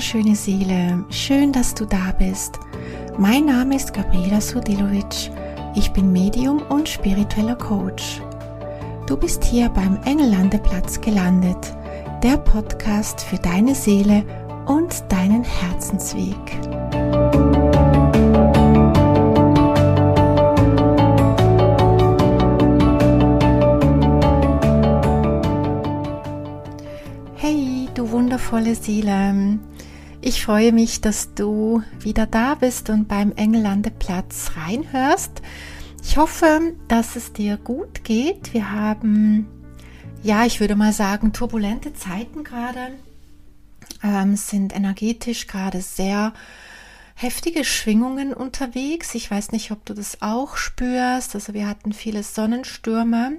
wunderschöne Seele, schön, dass du da bist. Mein Name ist Gabriela Sudilovic, ich bin Medium und spiritueller Coach. Du bist hier beim Engellandeplatz gelandet, der Podcast für deine Seele und deinen Herzensweg. Hey, du wundervolle Seele! Ich freue mich, dass du wieder da bist und beim Engellandeplatz reinhörst. Ich hoffe, dass es dir gut geht. Wir haben, ich würde mal sagen, turbulente Zeiten gerade. Sind energetisch gerade sehr heftige Schwingungen unterwegs. Ich weiß nicht, ob du das auch spürst. Also wir hatten viele Sonnenstürme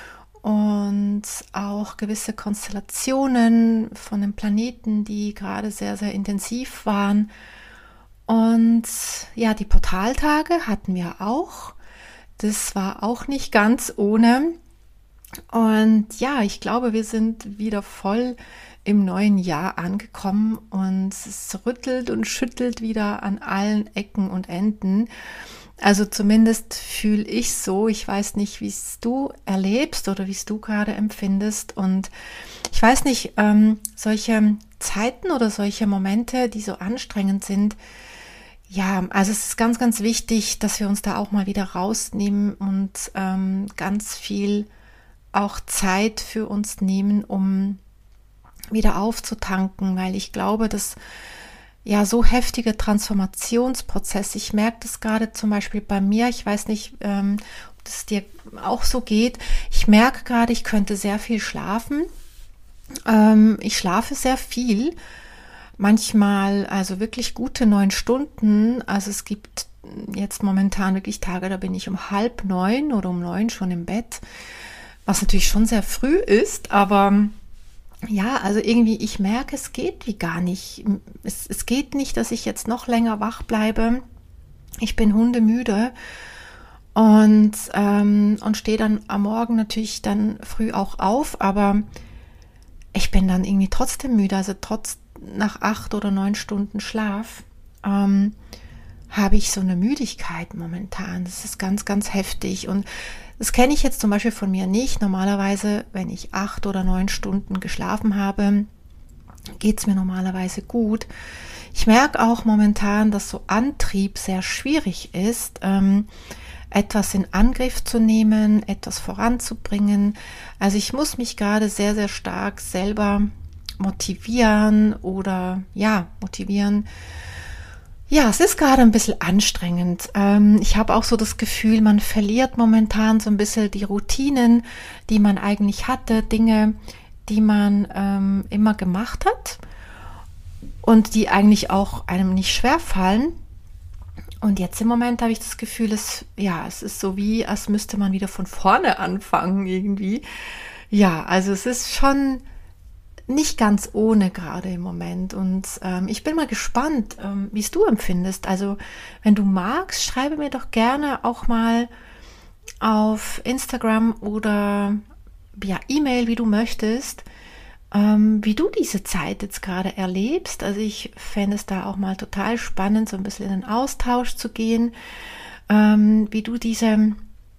und auch gewisse Konstellationen von den Planeten, die gerade sehr, sehr intensiv waren. Und ja, die Portaltage hatten wir auch. Das war auch nicht ganz ohne. Und ja, ich glaube, wir sind wieder voll im neuen Jahr angekommen und es rüttelt und schüttelt wieder an allen Ecken und Enden. Also zumindest fühle ich so. Ich weiß nicht, wie es du erlebst oder wie es du gerade empfindest. Und ich weiß nicht, solche Zeiten oder solche Momente, die so anstrengend sind, ja, also es ist ganz, ganz wichtig, dass wir uns da auch mal wieder rausnehmen und ganz viel auch Zeit für uns nehmen, um wieder aufzutanken, weil ich glaube, dass so heftige Transformationsprozesse, ich merke das gerade zum Beispiel bei mir, ich weiß nicht, ob das dir auch so geht, ich merke gerade, ich könnte sehr viel schlafen, ich schlafe sehr viel, manchmal also wirklich gute 9 Stunden, also es gibt jetzt momentan wirklich Tage, da bin ich um 8:30 oder um 9 schon im Bett, was natürlich schon sehr früh ist, aber ja, also irgendwie, ich merke, es geht wie gar nicht. Es geht nicht, dass ich jetzt noch länger wach bleibe. Ich bin hundemüde und stehe dann am Morgen natürlich dann früh auch auf, aber ich bin dann irgendwie trotzdem müde. Also nach 8 oder 9 Stunden Schlaf habe ich so eine Müdigkeit momentan. Das ist ganz, ganz heftig und das kenne ich jetzt zum Beispiel von mir nicht. Normalerweise, wenn ich 8 oder 9 Stunden geschlafen habe, geht es mir normalerweise gut. Ich merke auch momentan, dass so Antrieb sehr schwierig ist, etwas in Angriff zu nehmen, etwas voranzubringen. Also ich muss mich gerade sehr, sehr stark selber motivieren. Ja, es ist gerade ein bisschen anstrengend. Ich habe auch so das Gefühl, man verliert momentan so ein bisschen die Routinen, die man eigentlich hatte, Dinge, die man immer gemacht hat und die eigentlich auch einem nicht schwerfallen. Und jetzt im Moment habe ich das Gefühl, es ist so wie, als müsste man wieder von vorne anfangen irgendwie. Ja, also es ist schon nicht ganz ohne gerade im Moment und ich bin mal gespannt, wie es du empfindest. Also wenn du magst, schreibe mir doch gerne auch mal auf Instagram oder via E-Mail, wie du möchtest, wie du diese Zeit jetzt gerade erlebst. Also ich fände es da auch mal total spannend, so ein bisschen in den Austausch zu gehen, wie du diese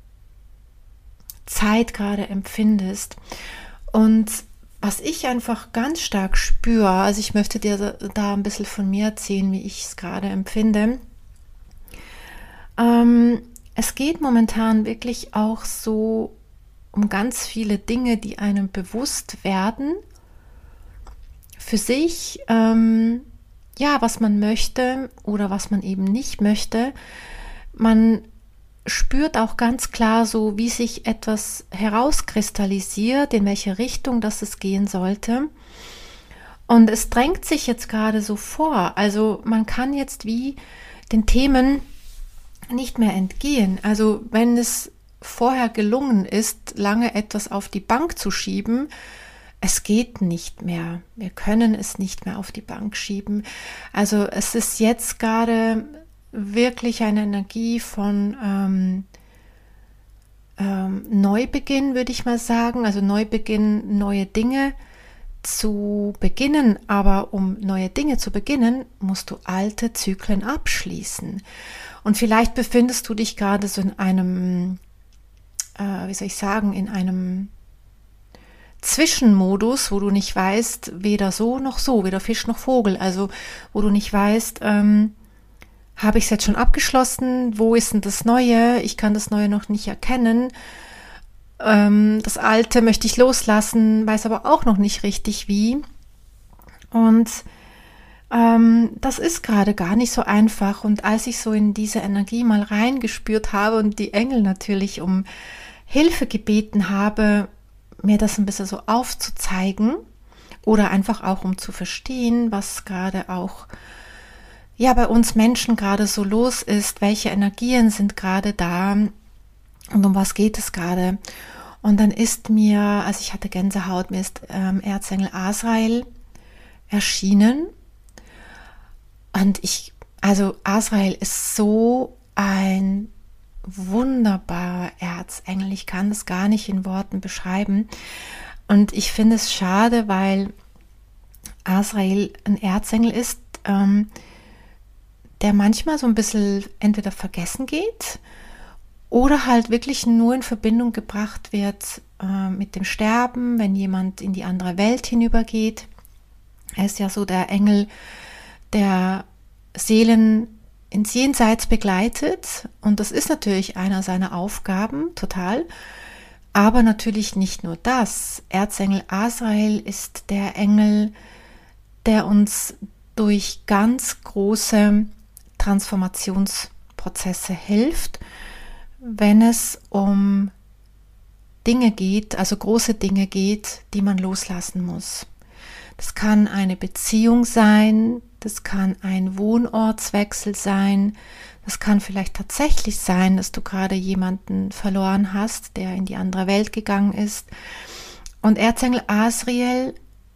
Zeit gerade empfindest. Und was ich einfach ganz stark spüre, also ich möchte dir da ein bisschen von mir erzählen, wie ich es gerade empfinde. Es geht momentan wirklich auch so um ganz viele Dinge, die einem bewusst werden, für sich, was man möchte oder was man eben nicht möchte. Man spürt auch ganz klar so, wie sich etwas herauskristallisiert, in welche Richtung das es gehen sollte. Und es drängt sich jetzt gerade so vor. Also man kann jetzt wie den Themen nicht mehr entgehen. Also wenn es vorher gelungen ist, lange etwas auf die Bank zu schieben, es geht nicht mehr. Wir können es nicht mehr auf die Bank schieben. Also es ist jetzt gerade wirklich eine Energie von Neubeginn, würde ich mal sagen. Also Neubeginn, neue Dinge zu beginnen, aber um neue Dinge zu beginnen, musst du alte Zyklen abschließen. Und vielleicht befindest du dich gerade so in einem, in einem Zwischenmodus, wo du nicht weißt, weder so noch so, weder Fisch noch Vogel, also wo du nicht weißt, habe ich es jetzt schon abgeschlossen, wo ist denn das Neue, ich kann das Neue noch nicht erkennen, das Alte möchte ich loslassen, weiß aber auch noch nicht richtig wie. Und das ist gerade gar nicht so einfach. Und als ich so in diese Energie mal reingespürt habe und die Engel natürlich um Hilfe gebeten habe, mir das ein bisschen so aufzuzeigen oder einfach auch um zu verstehen, was gerade auch bei uns Menschen gerade so los ist, welche Energien sind gerade da und um was geht es gerade. Und dann ist mir, also ich hatte Gänsehaut, mir ist Erzengel Azrael erschienen. Und Azrael ist so ein wunderbarer Erzengel. Ich kann das gar nicht in Worten beschreiben. Und ich finde es schade, weil Azrael ein Erzengel ist, der manchmal so ein bisschen entweder vergessen geht oder halt wirklich nur in Verbindung gebracht wird mit dem Sterben, wenn jemand in die andere Welt hinübergeht. Er ist ja so der Engel, der Seelen ins Jenseits begleitet, und das ist natürlich einer seiner Aufgaben, total. Aber natürlich nicht nur das. Erzengel Azrael ist der Engel, der uns durch ganz große Transformationsprozesse hilft, wenn es um Dinge geht, also große Dinge geht, die man loslassen muss. Das kann eine Beziehung sein, das kann ein Wohnortswechsel sein, das kann vielleicht tatsächlich sein, dass du gerade jemanden verloren hast, der in die andere Welt gegangen ist. Und Erzengel Azrael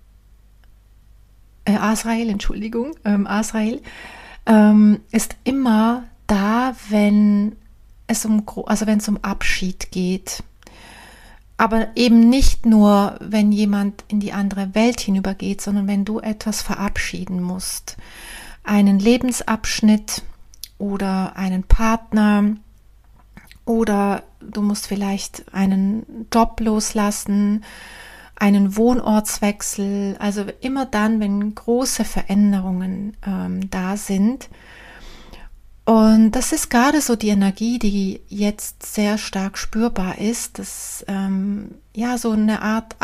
ist immer da, wenn es um Abschied geht. Aber eben nicht nur, wenn jemand in die andere Welt hinübergeht, sondern wenn du etwas verabschieden musst. Einen Lebensabschnitt oder einen Partner, oder du musst vielleicht einen Job loslassen, einen Wohnortswechsel. Also immer dann, wenn große Veränderungen da sind. Und das ist gerade so die Energie, die jetzt sehr stark spürbar ist, dass so eine Art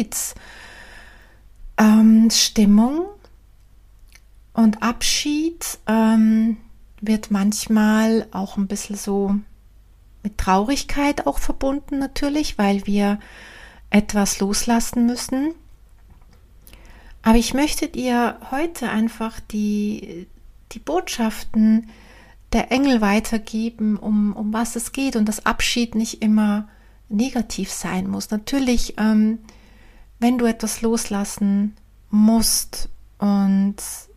Abschiedsstimmung, und Abschied wird manchmal auch ein bisschen so mit Traurigkeit auch verbunden natürlich, weil wir etwas loslassen müssen. Aber ich möchte dir heute einfach die Botschaften der Engel weitergeben, um was es geht, und dass Abschied nicht immer negativ sein muss. Natürlich, wenn du etwas loslassen musst und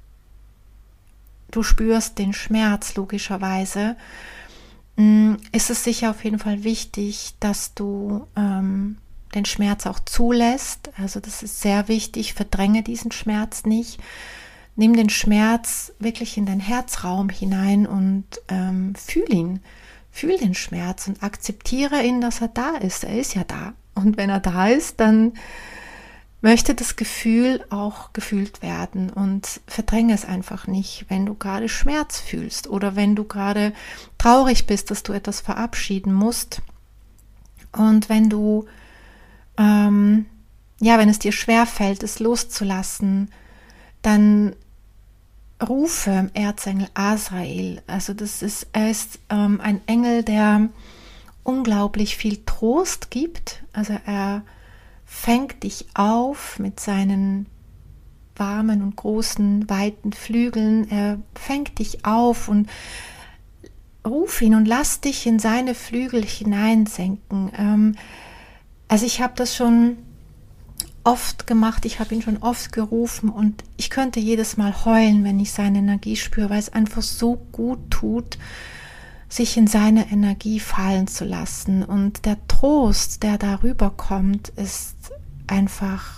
du spürst den Schmerz logischerweise, ist es sicher auf jeden Fall wichtig, dass du den Schmerz auch zulässt. Also das ist sehr wichtig, verdränge diesen Schmerz nicht. Nimm den Schmerz wirklich in deinen Herzraum hinein und fühl ihn. Fühl den Schmerz und akzeptiere ihn, dass er da ist. Er ist ja da. Und wenn er da ist, dann möchte das Gefühl auch gefühlt werden, und verdränge es einfach nicht, wenn du gerade Schmerz fühlst oder wenn du gerade traurig bist, dass du etwas verabschieden musst. Und wenn du, wenn es dir schwerfällt, es loszulassen, dann rufe Erzengel Azrael. Also er ist ein Engel, der unglaublich viel Trost gibt. Also er fängt dich auf mit seinen warmen und großen, weiten Flügeln. Er fängt dich auf, und ruf ihn und lass dich in seine Flügel hineinsenken. Also ich habe das schon oft gemacht, ich habe ihn schon oft gerufen, und ich könnte jedes Mal heulen, wenn ich seine Energie spüre, weil es einfach so gut tut, sich in seine Energie fallen zu lassen. Und der Trost, der darüber kommt, ist einfach,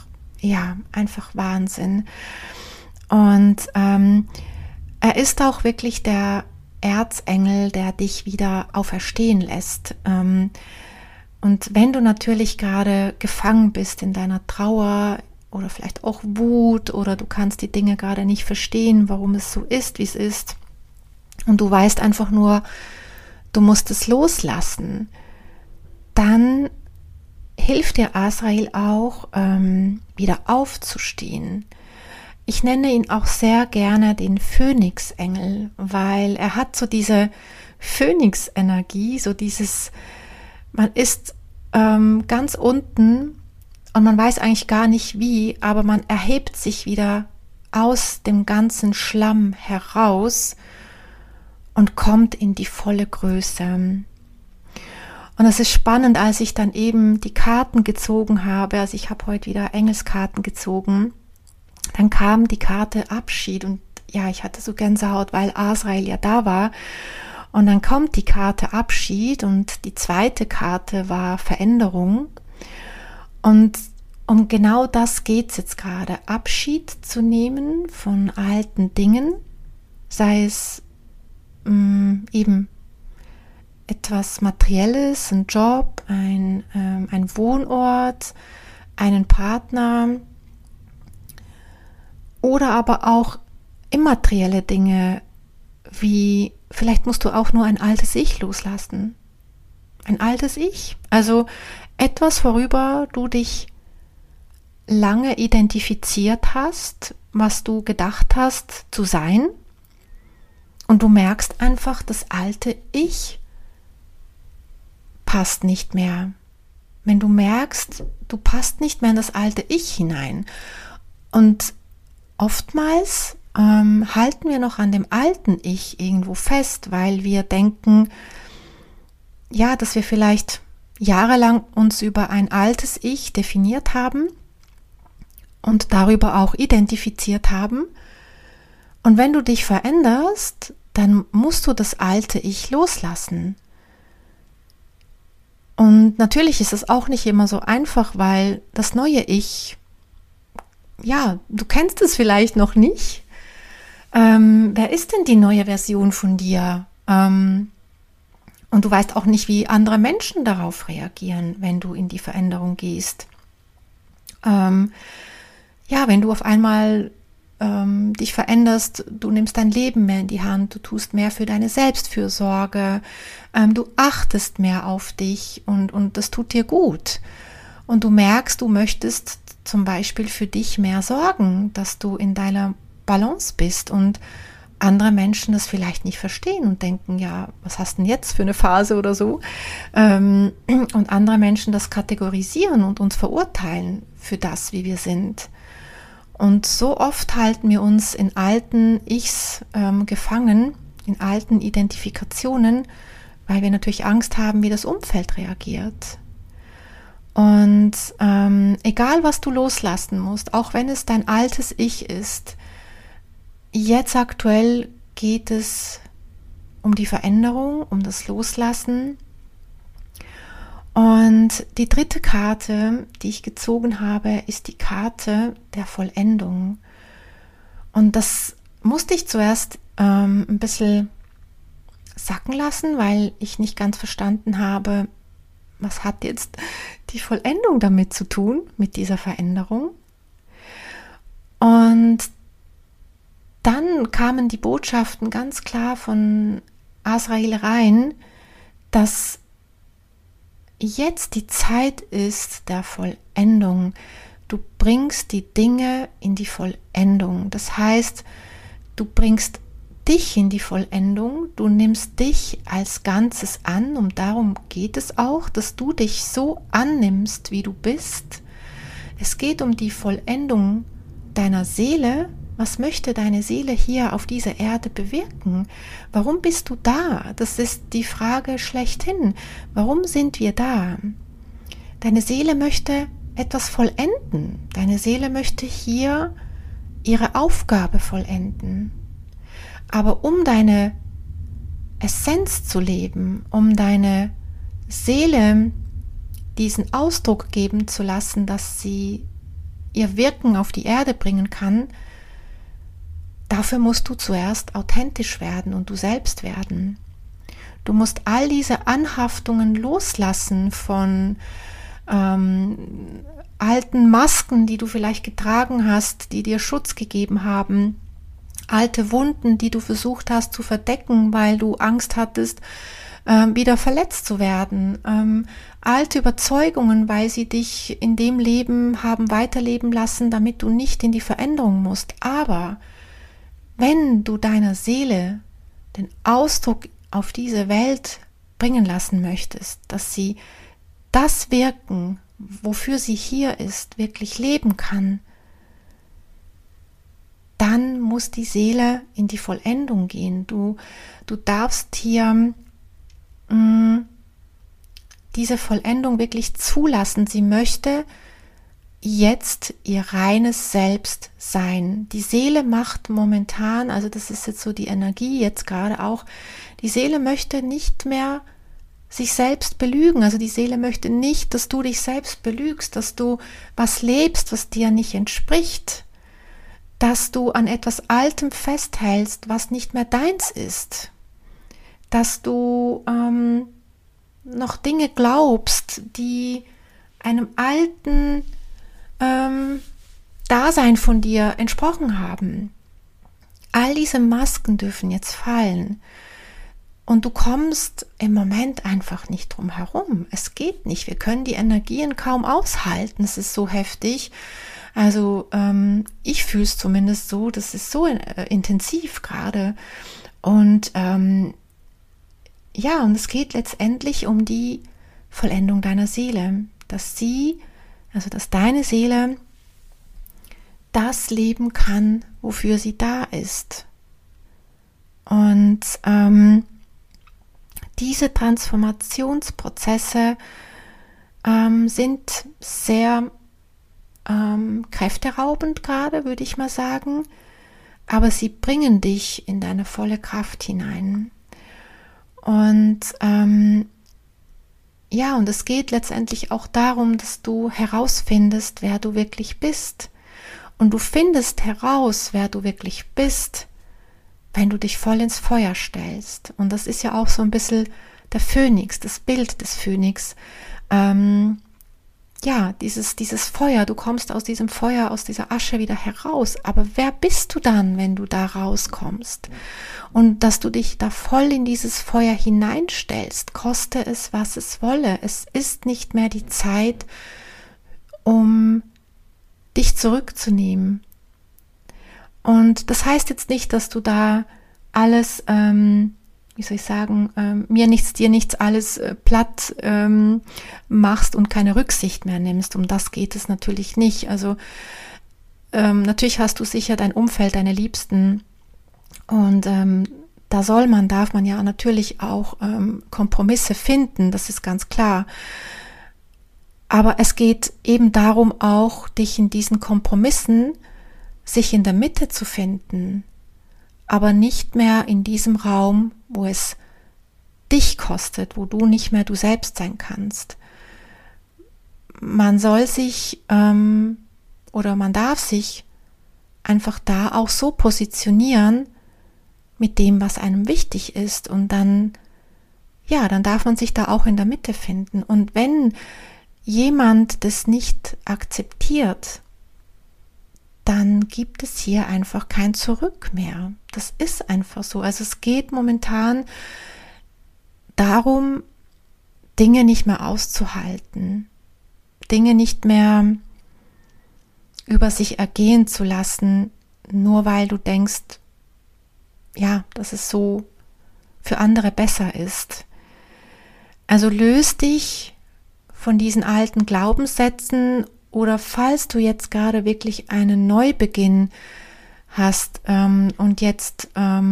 ja, einfach Wahnsinn. Und er ist auch wirklich der Erzengel, der dich wieder auferstehen lässt. Und wenn du natürlich gerade gefangen bist in deiner Trauer oder vielleicht auch Wut oder du kannst die Dinge gerade nicht verstehen, warum es so ist, wie es ist, und du weißt einfach nur, du musst es loslassen, dann hilft dir Azrael auch, wieder aufzustehen. Ich nenne ihn auch sehr gerne den Phönixengel, weil er hat so diese Phönix-Energie, so dieses, man ist ganz unten und man weiß eigentlich gar nicht wie, aber man erhebt sich wieder aus dem ganzen Schlamm heraus und kommt in die volle Größe. Und es ist spannend, als ich dann eben die Karten gezogen habe, also ich habe heute wieder Engelskarten gezogen, dann kam die Karte Abschied und ja, ich hatte so Gänsehaut, weil Azrael ja da war. Und dann kommt die Karte Abschied und die zweite Karte war Veränderung. Und um genau das geht es jetzt gerade, Abschied zu nehmen von alten Dingen, sei es eben etwas Materielles, ein Job, ein Wohnort, einen Partner oder aber auch immaterielle Dinge, wie vielleicht musst du auch nur ein altes Ich loslassen. Ein altes Ich, also etwas, worüber du dich lange identifiziert hast, was du gedacht hast zu sein, und du merkst einfach, das alte Ich passt nicht mehr. Wenn du merkst, du passt nicht mehr in das alte Ich hinein. Und oftmals halten wir noch an dem alten Ich irgendwo fest, weil wir denken, ja, dass wir vielleicht jahrelang uns über ein altes Ich definiert haben und darüber auch identifiziert haben. Und wenn du dich veränderst, dann musst du das alte Ich loslassen. Und natürlich ist es auch nicht immer so einfach, weil das neue Ich, ja, du kennst es vielleicht noch nicht. Wer ist denn die neue Version von dir? Und du weißt auch nicht, wie andere Menschen darauf reagieren, wenn du in die Veränderung gehst. Ja, wenn du auf einmal dich veränderst, du nimmst dein Leben mehr in die Hand, du tust mehr für deine Selbstfürsorge, du achtest mehr auf dich und das tut dir gut. Und du merkst, du möchtest zum Beispiel für dich mehr sorgen, dass du in deiner Balance bist und andere Menschen das vielleicht nicht verstehen und denken, ja, was hast du denn jetzt für eine Phase oder so? Und andere Menschen das kategorisieren und uns verurteilen für das, wie wir sind. Und so oft halten wir uns in alten Ichs gefangen, in alten Identifikationen, weil wir natürlich Angst haben, wie das Umfeld reagiert. Und egal, was du loslassen musst, auch wenn es dein altes Ich ist, jetzt aktuell geht es um die Veränderung, um das Loslassen. Und die dritte Karte, die ich gezogen habe, ist die Karte der Vollendung. Und das musste ich zuerst ein bisschen sacken lassen, weil ich nicht ganz verstanden habe, was hat jetzt die Vollendung damit zu tun, mit dieser Veränderung. Und dann kamen die Botschaften ganz klar von Azrael rein, dass jetzt die Zeit ist der Vollendung. Du bringst die Dinge in die Vollendung. Das heißt, du bringst dich in die Vollendung, du nimmst dich als Ganzes an, und darum geht es auch, dass du dich so annimmst, wie du bist. Es geht um die Vollendung deiner Seele. Was möchte deine Seele hier auf dieser Erde bewirken? Warum bist du da? Das ist die Frage schlechthin. Warum sind wir da? Deine Seele möchte etwas vollenden. Deine Seele möchte hier ihre Aufgabe vollenden. Aber um deine Essenz zu leben, um deine Seele diesen Ausdruck geben zu lassen, dass sie ihr Wirken auf die Erde bringen kann, dafür musst du zuerst authentisch werden und du selbst werden. Du musst all diese Anhaftungen loslassen von alten Masken, die du vielleicht getragen hast, die dir Schutz gegeben haben, alte Wunden, die du versucht hast zu verdecken, weil du Angst hattest, wieder verletzt zu werden, alte Überzeugungen, weil sie dich in dem Leben haben weiterleben lassen, damit du nicht in die Veränderung musst. Aber wenn du deiner Seele den Ausdruck auf diese Welt bringen lassen möchtest, dass sie das Wirken, wofür sie hier ist, wirklich leben kann, dann muss die Seele in die Vollendung gehen. Du darfst hier diese Vollendung wirklich zulassen. Sie möchte jetzt ihr reines Selbst sein. Die Seele macht momentan, also das ist jetzt so die Energie jetzt gerade auch, die Seele möchte nicht mehr sich selbst belügen. Also die Seele möchte nicht, dass du dich selbst belügst, dass du was lebst, was dir nicht entspricht, dass du an etwas Altem festhältst, was nicht mehr deins ist, dass du noch Dinge glaubst, die einem alten Dasein von dir entsprochen haben. All diese Masken dürfen jetzt fallen. Und du kommst im Moment einfach nicht drum herum. Es geht nicht. Wir können die Energien kaum aushalten. Es ist so heftig. Also ich fühle es zumindest so. Das ist so intensiv gerade. Und ja, und es geht letztendlich um die Vollendung deiner Seele. Dass deine Seele das leben kann, wofür sie da ist. Und diese Transformationsprozesse sind sehr kräfteraubend gerade, würde ich mal sagen, aber sie bringen dich in deine volle Kraft hinein. Und ja, und es geht letztendlich auch darum, dass du herausfindest, wer du wirklich bist. Und du findest heraus, wer du wirklich bist, wenn du dich voll ins Feuer stellst. Und das ist ja auch so ein bisschen der Phönix, das Bild des Phönix. Ja, dieses Feuer, du kommst aus diesem Feuer, aus dieser Asche wieder heraus. Aber wer bist du dann, wenn du da rauskommst? Und dass du dich da voll in dieses Feuer hineinstellst, koste es, was es wolle. Es ist nicht mehr die Zeit, um dich zurückzunehmen. Und das heißt jetzt nicht, dass du da alles, wie soll ich sagen, dir nichts alles platt machst und keine Rücksicht mehr nimmst. Um das geht es natürlich nicht. Also natürlich hast du sicher dein Umfeld, deine Liebsten, und darf man ja natürlich auch Kompromisse finden, das ist ganz klar. Aber es geht eben darum auch, dich in diesen Kompromissen sich in der Mitte zu finden, aber nicht mehr in diesem Raum, wo es dich kostet, wo du nicht mehr du selbst sein kannst. Man soll sich oder man darf sich einfach da auch so positionieren mit dem, was einem wichtig ist, und dann darf man sich da auch in der Mitte finden. Und wenn jemand das nicht akzeptiert, dann gibt es hier einfach kein Zurück mehr. Das ist einfach so. Also es geht momentan darum, Dinge nicht mehr auszuhalten, Dinge nicht mehr über sich ergehen zu lassen, nur weil du denkst, ja, dass es so für andere besser ist. Also löst dich von diesen alten Glaubenssätzen, oder falls du jetzt gerade wirklich einen Neubeginn hast und jetzt,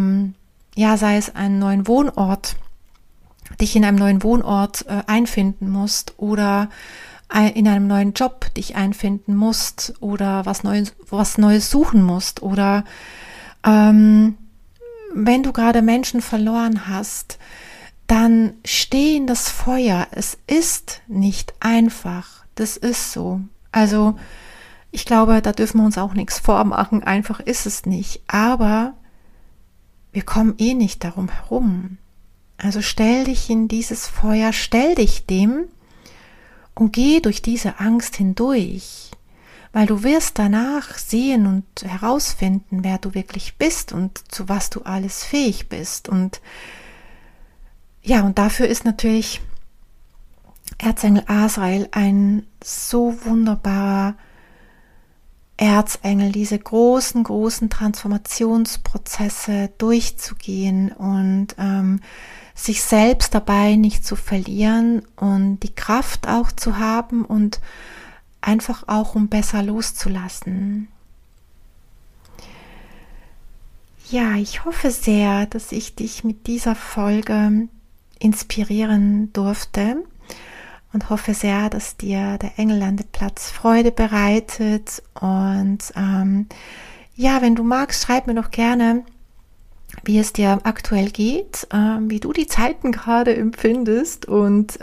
sei es einen neuen Wohnort, dich in einem neuen Wohnort einfinden musst, oder in einem neuen Job dich einfinden musst, oder was Neues suchen musst, oder wenn du gerade Menschen verloren hast, dann steh in das Feuer. Es ist nicht einfach, das ist so. Also Ich glaube, da dürfen wir uns auch nichts vormachen, einfach ist es nicht. Aber wir kommen eh nicht darum herum. Also stell dich in dieses Feuer, stell dich dem und geh durch diese Angst hindurch, weil du wirst danach sehen und herausfinden, wer du wirklich bist und zu was du alles fähig bist. Und ja, und dafür ist natürlich Erzengel Azrael ein so wunderbarer Erzengel, diese großen Transformationsprozesse durchzugehen und sich selbst dabei nicht zu verlieren und die Kraft auch zu haben und einfach auch um besser loszulassen. Ja, ich hoffe sehr, dass ich dich mit dieser Folge inspirieren durfte und hoffe sehr, dass dir der Engellandeplatz Freude bereitet. Und ja, wenn du magst, schreib mir doch gerne, wie es dir aktuell geht, wie du die Zeiten gerade empfindest. Und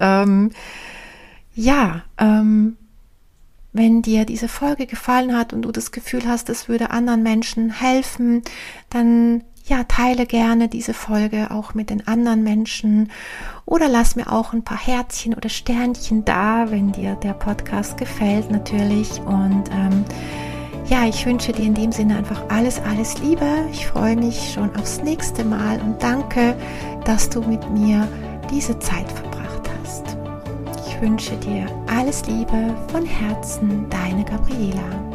wenn dir diese Folge gefallen hat und du das Gefühl hast, es würde anderen Menschen helfen, dann ja, teile gerne diese Folge auch mit den anderen Menschen oder lass mir auch ein paar Herzchen oder Sternchen da, wenn dir der Podcast gefällt natürlich. Und ja, ich wünsche dir in dem Sinne einfach alles Liebe. Ich freue mich schon aufs nächste Mal und danke, dass du mit mir diese Zeit verbracht hast. Ich wünsche dir alles Liebe von Herzen, deine Gabriela.